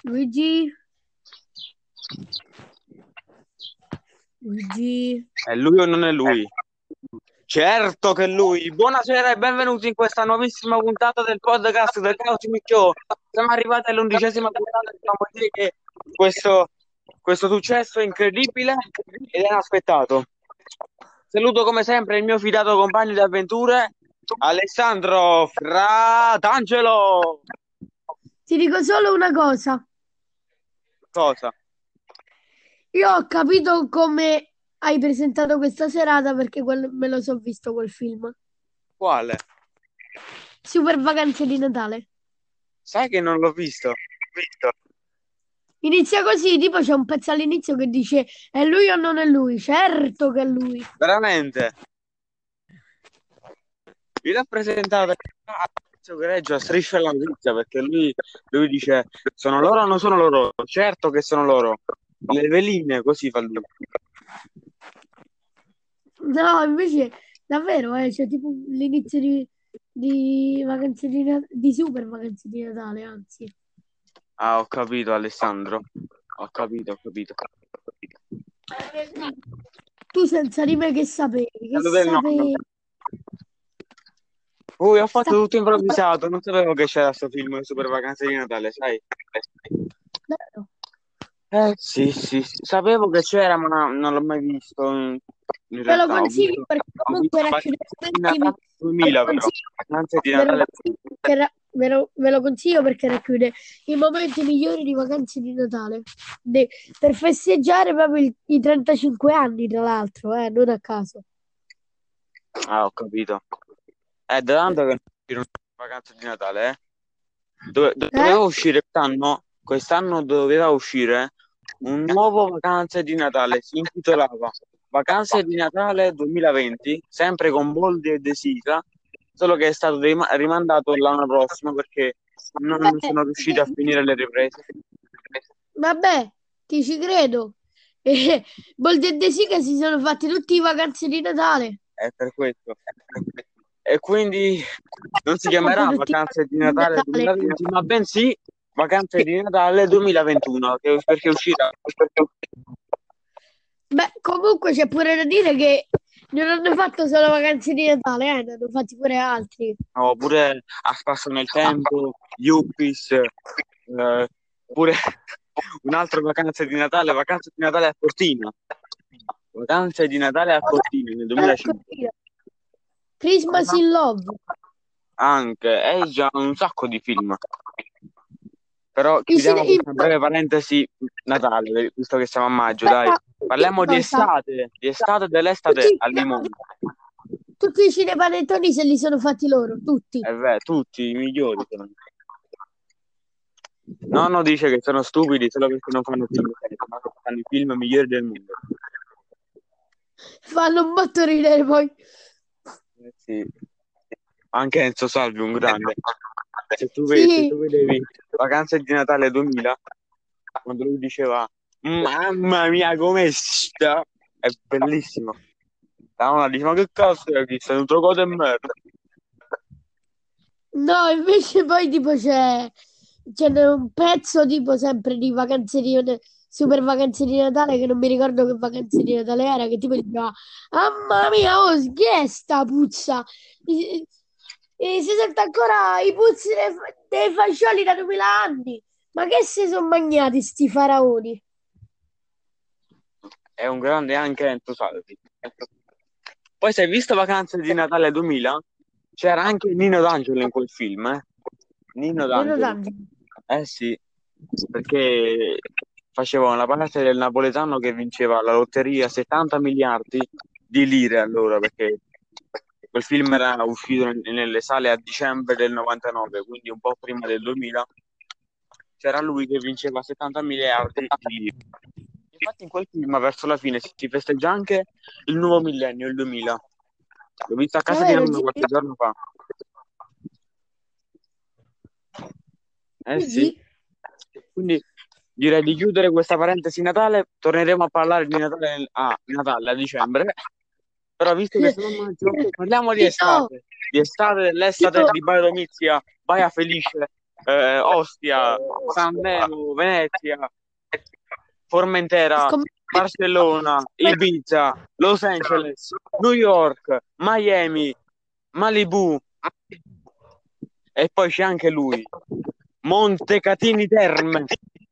Luigi, Luigi. È lui o non è lui? Certo che è lui. Buonasera e benvenuti in questa nuovissima puntata del podcast del Couch Show. Siamo arrivati all'11ª puntata e dobbiamo dire che questo successo è incredibile ed è inaspettato. Saluto come sempre il mio fidato compagno di avventure, Alessandro Fratangelo. Ti dico solo una cosa. Cosa? Io ho capito come hai presentato questa serata perché me lo so visto quel film. Quale? Super vacanze di Natale. Sai che non l'ho visto? Inizia così, tipo c'è un pezzo all'inizio che dice è lui o non è lui? Certo che è lui. Veramente? Mi rappresentava Greggio a Striscia la notizia perché lui dice sono loro o non sono loro? Certo che sono loro. Le veline, così fa lui. No, invece davvero, c'è tipo l'inizio di vacanze di super vacanze di Natale, anzi. Ah, ho capito Alessandro. Ho capito, ho capito. Tu senza di me che sapevi? Che Quello del nonno. sapevi? Ho Sta... fatto tutto improvvisato, non sapevo che c'era sto film Super Vacanze di Natale, sai? Davvero? Sì, sì, sì. Sapevo che c'era, ma non l'ho mai visto. In Te lo realtà, consiglio perché ho visto comunque racchiude Vacanze di momenti. Natale Ve lo 2000, però. consiglio, Vacanze di ve lo Natale. consiglio perché, ve lo consiglio perché racchiude i momenti migliori di vacanze di Natale. De- per festeggiare proprio i 35 anni, tra l'altro, non a caso. Ah, ho capito. È da tanto che non tiro vacanze di Natale, eh? Eh? Doveva uscire quest'anno doveva uscire un nuovo Vacanze di Natale, si intitolava Vacanze di Natale 2020, sempre con Boldi e De Sica, solo che è stato rimandato l'anno prossimo perché non Vabbè, sono riusciti a finire le riprese. vabbè, ti ci credo. E Bold e De Sica si sono fatti tutti i vacanze di Natale. È per questo. E quindi non si Fatto chiamerà tutti i Vacanze di vacanze di Natale Natale. 2020, ma bensì Vacanze di Natale 2021, perché uscirà. Beh, comunque c'è pure da dire che non hanno fatto solo vacanze di Natale, ne hanno fatti pure altri. Oppure a spasso nel tempo, Yuppies, pure un'altra vacanze di Natale a Cortina. Vacanze di Natale a Cortina nel 2005. Così. Christmas Cosa? in Love. Anche, è già un sacco di film. Però I chiudiamo questa breve parentesi Natale, visto che siamo a maggio, dai. aspetta, Parliamo cosa? di estate e dell'estate Tutti, al limone. tutti i cinepanettoni se li sono fatti loro, tutti. E beh, tutti i migliori sono. Nonno dice che sono stupidi solo perché non fanno film seri, ma che fanno i film migliori del mondo. Fanno un botto ridere poi. Sì. Anche Enzo Salvi, un grande. Se Sì. tu vedevi Vacanze di Natale 2000, quando lui diceva mamma mia come sta, è bellissimo. La nonna dice ma che cazzo è questo? È un trovato di merda. No, invece poi tipo c'è un pezzo tipo sempre di vacanze di super vacanze di Natale che non mi ricordo che vacanze di Natale era, che tipo diceva mamma mia, oh, che è sta puzza? E si sente ancora i puzzi dei fascioli da 2000 anni. Ma che si sono mangiati sti faraoni? È un grande anche Enzo Salvi. Poi se hai visto Vacanze di Natale 2000, c'era anche Nino D'Angelo in quel film, eh? Nino Nero D'Angelo. tanti. Eh sì, perché facevano la parte del napoletano che vinceva la lotteria 70 miliardi di lire allora, perché quel film era uscito nelle sale a dicembre del 99, quindi un po' prima del 2000. C'era lui che vinceva 70 miliardi di lire. Infatti in quel film verso la fine si festeggia anche il nuovo millennio, il 2000. L'ho visto a casa di Davvero, nonno qualche giorno fa. Eh sì. Gigi? Quindi direi di chiudere questa parentesi Natale. Torneremo a parlare di Natale Natale a dicembre. Però visto che sono a maggio, parliamo di Io, estate. Di estate, dell'estate io di Baia Domizia, Baia Felice. Ostia, San Remo, Venezia, Formentera, Barcellona, Ibiza, Los Angeles, New York, Miami, Malibu e poi c'è anche lui, Montecatini Terme.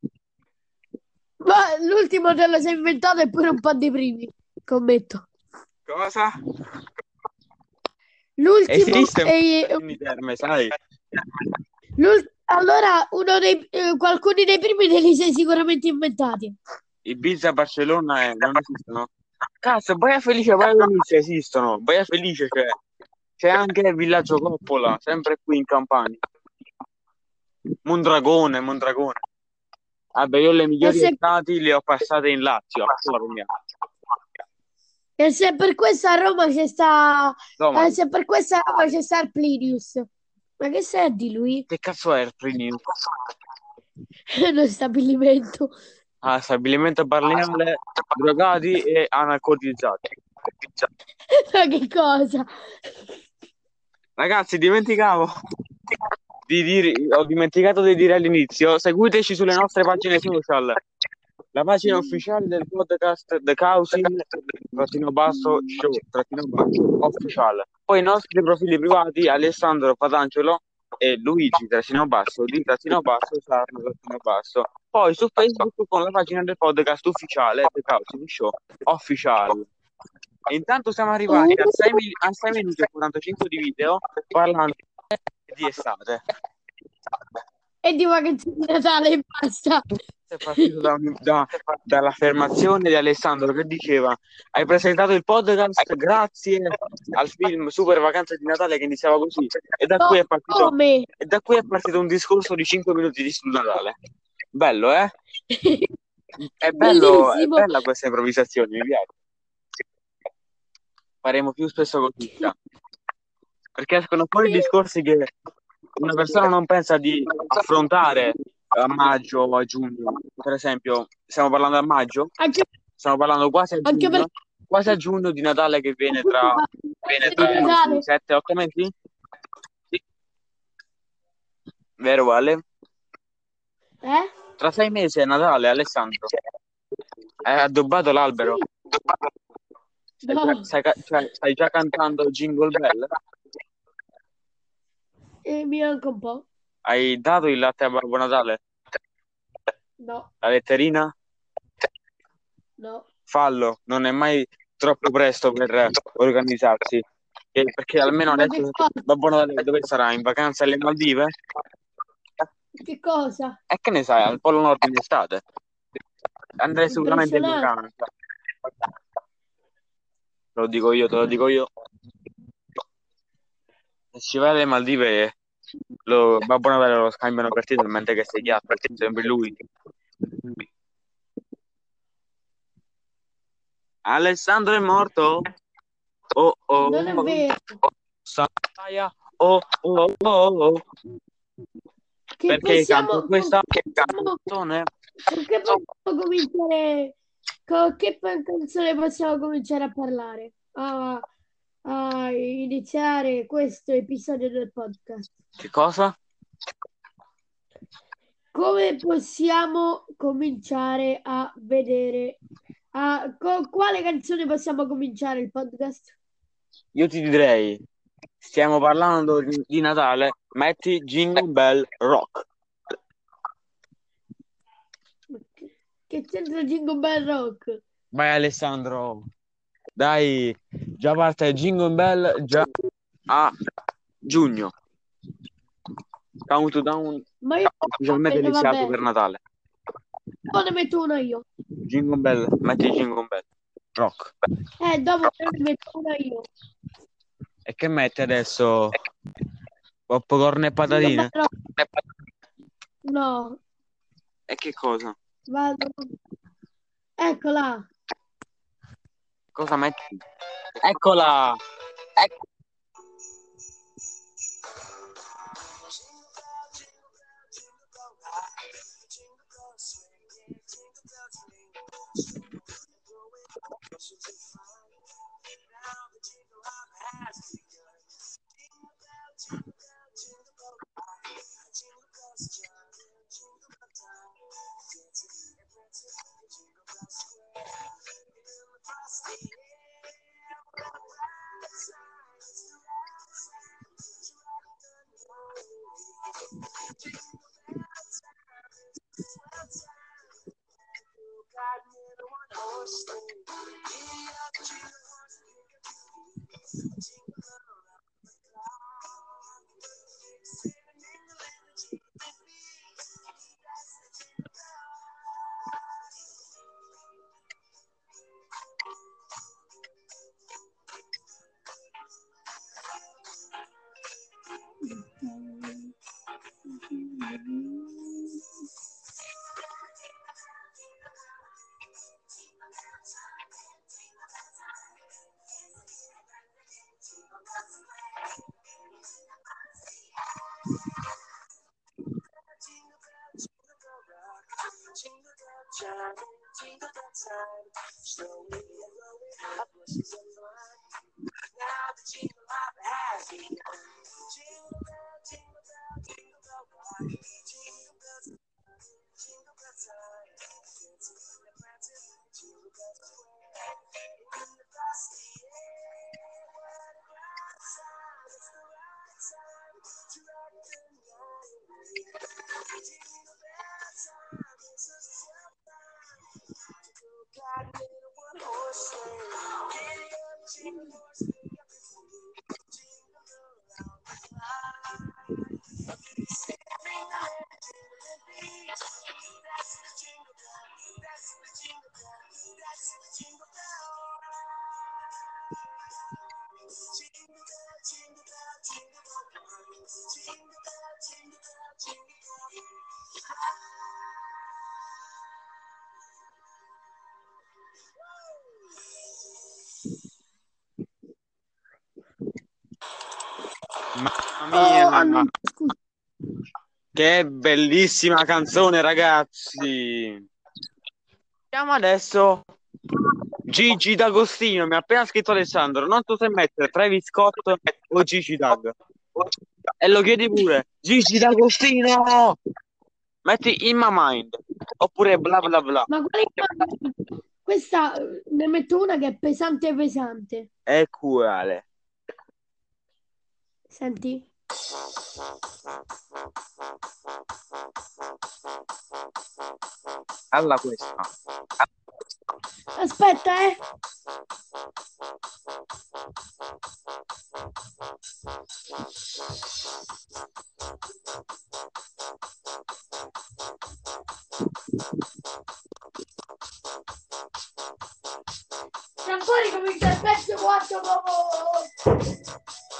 Ma l'ultimo te lo sei inventato e pure un po' dei primi, commetto. Cosa? L'ultimo Esiste è... Montecatini Terme, sai? Allora, qualcuno dei primi te li sei sicuramente inventati. Ibiza, Barcellona non esistono. Cazzo, Baia Felice e Baia Venezia esistono. Baia Felice c'è anche il Villaggio Coppola, sempre qui in Campania. Mondragone. Vabbè, io le migliori estati le ho passate in Lazio, a Formia. E se per questa a Roma c'è sta... Roma. se per questa a Roma c'è sta il Plinius. Ma che sei di lui? Che cazzo è il Plinius? Lo stabilimento. Ah, stabilimento balneare, drogati e analcolizzati. Ma che cosa? Ragazzi, ho dimenticato di dire all'inizio, seguiteci sulle nostre pagine social. La pagina ufficiale del podcast The Cousin, _show, ufficiale. Poi i nostri profili privati, Alessandro Patangelo e Luigi, _, di _, Poi su Facebook con la pagina del podcast ufficiale The Cousin Show Official. E intanto siamo arrivati a 6 minuti e 45 di video parlando di estate. E di vacanze di Natale e basta. È partito dall'affermazione di Alessandro che diceva: hai presentato il podcast grazie al film Super Vacanze di Natale, che iniziava così, e da qui è partito un discorso di 5 minuti sul Natale. Bello, eh? È bella questa improvvisazione, mi piace. Faremo più spesso così, perché escono fuori discorsi che una persona non pensa di affrontare a maggio o a giugno. Per esempio, stiamo parlando a maggio, stiamo parlando quasi a giugno di Natale, che viene tra 7-8 mesi. Vero, Vale? Tra 6 mesi è Natale, Alessandro. Hai addobbato l'albero? No. Stai già cantando Jingle Bell? Mi manca un po'. Hai dato il latte a Babbo Natale? No. La letterina? No. Fallo, non è mai troppo presto per organizzarsi. Perché almeno adesso Babbo Natale dove sarà? In vacanza alle Maldive? Che cosa? E che ne sai, al Polo Nord in estate? Andrei sicuramente in vacanza. Te lo dico io. Se ci vai alle Maldive, Babbo Natale lo scambiano per te, talmente che sei ghiaccio, sempre lui. Alessandro è morto? Oh. Non è vero. Oh. Che Perché possiamo, questa canzone? Con che possiamo cominciare? Con che canzone possiamo cominciare a parlare? A iniziare questo episodio del podcast. Che cosa? Come possiamo cominciare a vedere? Con quale canzone possiamo cominciare il podcast? Io ti direi, stiamo parlando di Natale, metti Jingle Bell Rock. Che c'entra Jingle Bell Rock? Vai Alessandro, dai, già parte Jingle Bell già a giugno. Countdown ufficialmente iniziato per Natale. Poi ne metto una io. Jingle Bell, metti Jingle Bell Rock. Dopo ne metto una io. E che metti adesso? Popcorn e patatine? No. E che cosa? Vado. Eccola. Cosa metti? Eccola! Mamma mia, Scusa. che bellissima canzone, ragazzi. Andiamo adesso. Gigi D'Agostino, mi ha appena scritto Alessandro. Non so se mettere Travis Scott o Gigi Dag. E lo chiedi pure. Gigi D'Agostino! Metti In My Mind. Oppure bla bla bla. Ma questa ne metto una che è pesante pesante. È uguale. Senti? Alla questa. Aspetta, Tra un po' ricomincia il pezzo 4 proprio.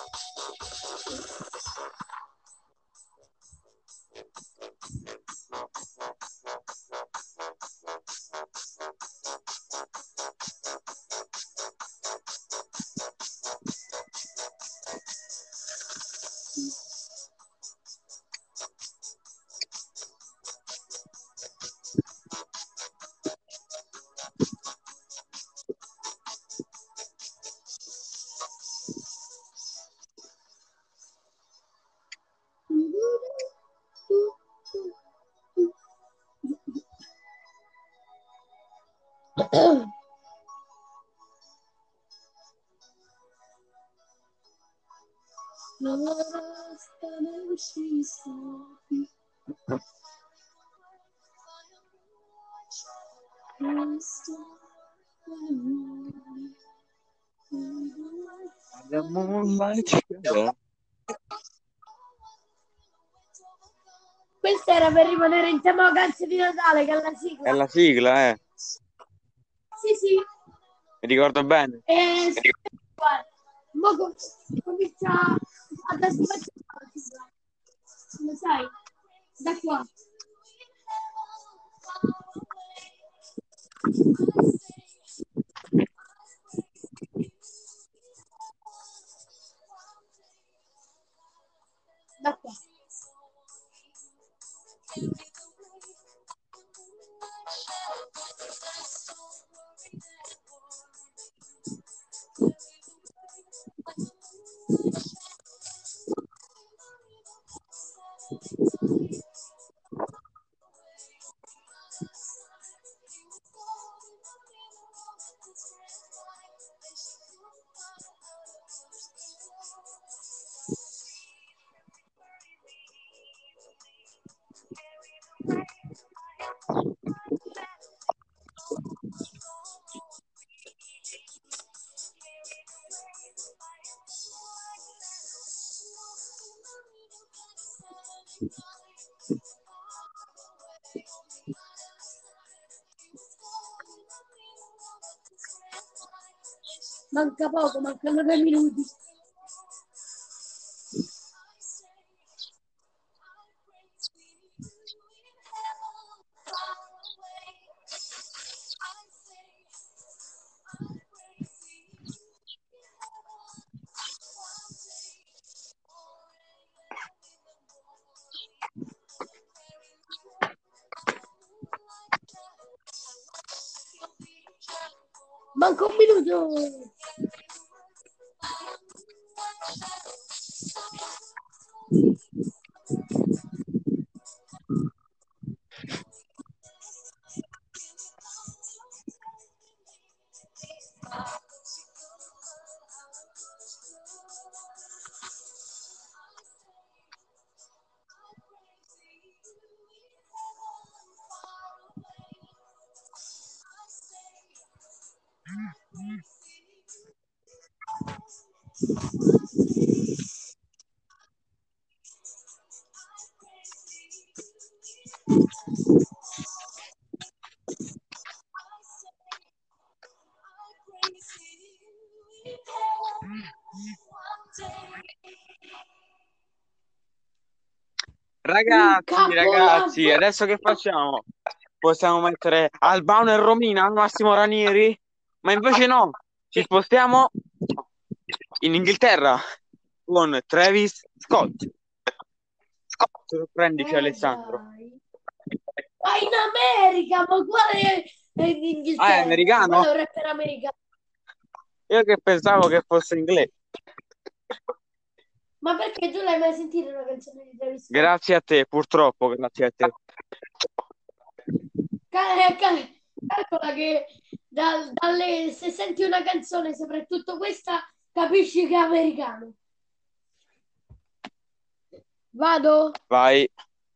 Questa era per rimanere in tema vacanze di Natale, che è la sigla. È la sigla, Sì, sì. Mi ricordo bene. Guarda, mo comincia ad ascoltare la sigla. Lo sai? Da qua. Da qua. Manca poco, mancano 3 minuti. Manca un minuto. Ragazzi, adesso che facciamo? Possiamo mettere Albano e Romina al Massimo Ranieri? Ma invece no, ci spostiamo in Inghilterra con Travis Scott. Sorprendici Alessandro. Ma in America, ma quale è in Inghilterra? Ah, è americano? Quello è un rapper americano. Io che pensavo che fosse inglese. Ma perché tu l'hai mai sentita una canzone di Travis Scott? Grazie a te, purtroppo, grazie a te. Calcola che se senti una canzone, soprattutto questa, capisci che è americano. Vado? Vai.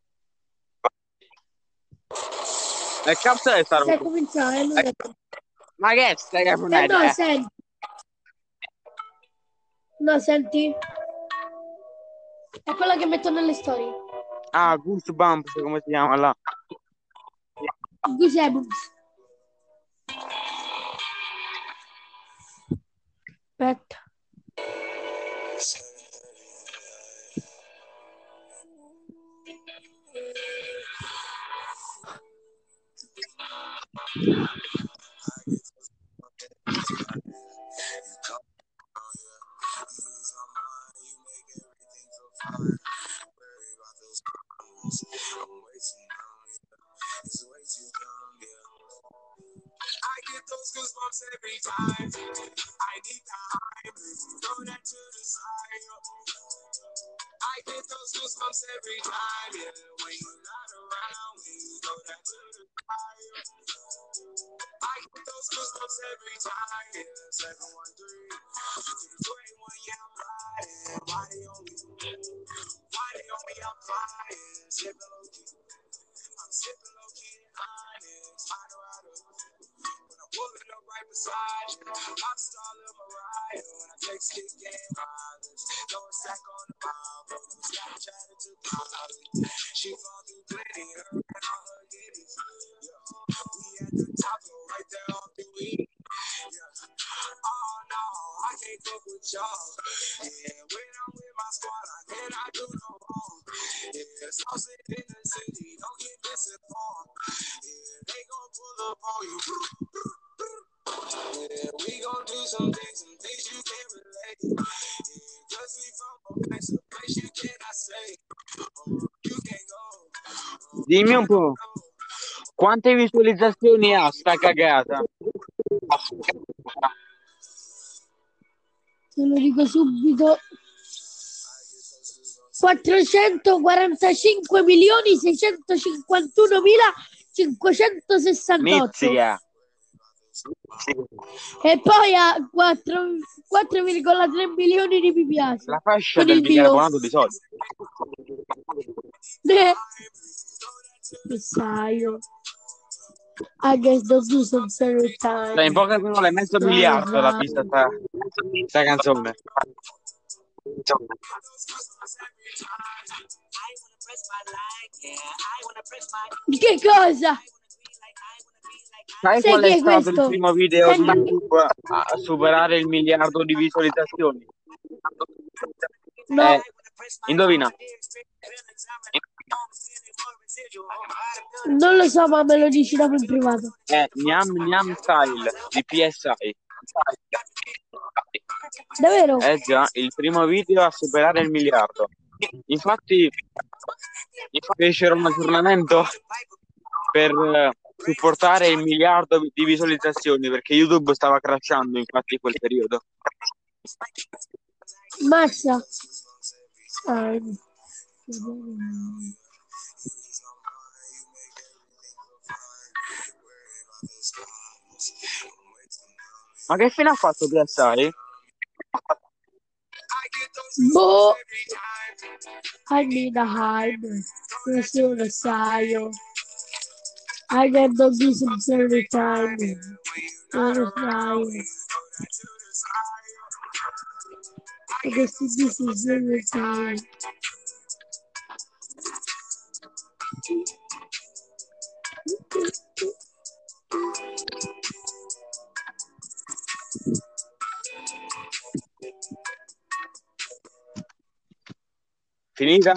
E cazzo è stato? Stai cominciando, Ma che stai no, capendo? senti. No, senti. È quella che metto nelle storie. Ah, Goosebumps, come si chiama là? Goosebumps. Aspetta. Dimmi un po', quante visualizzazioni ha sta cagata? Te lo dico subito. 455.651.568. Mizzica. E poi ha 4,3 milioni di mi piace. La fascia Con del il mio. bicarbonato di sodio. Messaggio. I guess don't do some serious time. Cioè, in poche parole, mezzo miliardo l'ha vista sta canzone. Che cosa? Sai Sai qual chi è è stato questo? il primo video di Senti. YouTube a superare il miliardo di visualizzazioni? No. Indovina. Non lo so, ma me lo dici dopo in privato. Gnam Gnam Style di PSI. Davvero? Già, il primo video a superare il miliardo. Infatti fecero un aggiornamento per supportare il miliardo di visualizzazioni perché YouTube stava crashando infatti in quel periodo. Mazza. Ma che fine ha fatto PSI? Boh. I need a hype. Nessuno sai io. I get the business every time. Non lo sai. Questi disegni sì. Finita?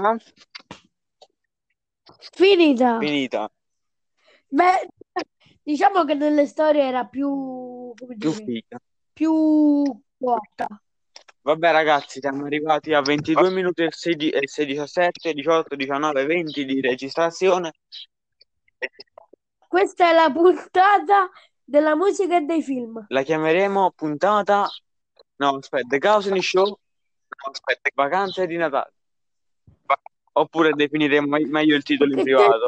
Finita. Finita. Beh, diciamo che nelle storie era più, come Più dire, figa. più corta. Vabbè ragazzi, siamo arrivati a 22 minuti e 6, 17, 18, 19, 20 di registrazione. Questa è la puntata della musica e dei film. La chiameremo puntata... No, aspetta, The Causing Show, vacanze di Natale. Oppure definiremo meglio il titolo in Che c'è il privato.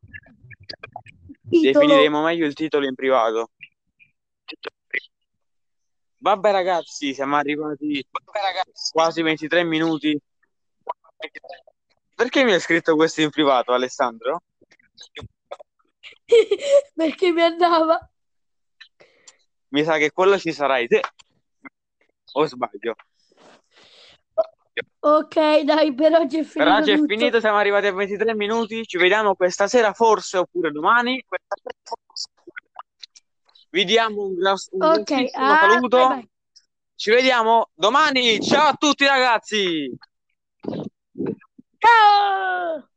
titolo. Definiremo meglio il titolo in privato. Vabbè ragazzi, siamo arrivati quasi 23 minuti. Perché mi hai scritto questo in privato, Alessandro? Perché mi andava. Mi sa che quello ci sarai te. O sbaglio? Ok, dai, per oggi è Per finito oggi è tutto. finito, siamo arrivati a 23 minuti. Ci vediamo questa sera, forse, oppure domani. Vi diamo un Ok, grossissimo bye saluto. bye. Ci vediamo domani. Ciao a tutti, ragazzi. Ciao!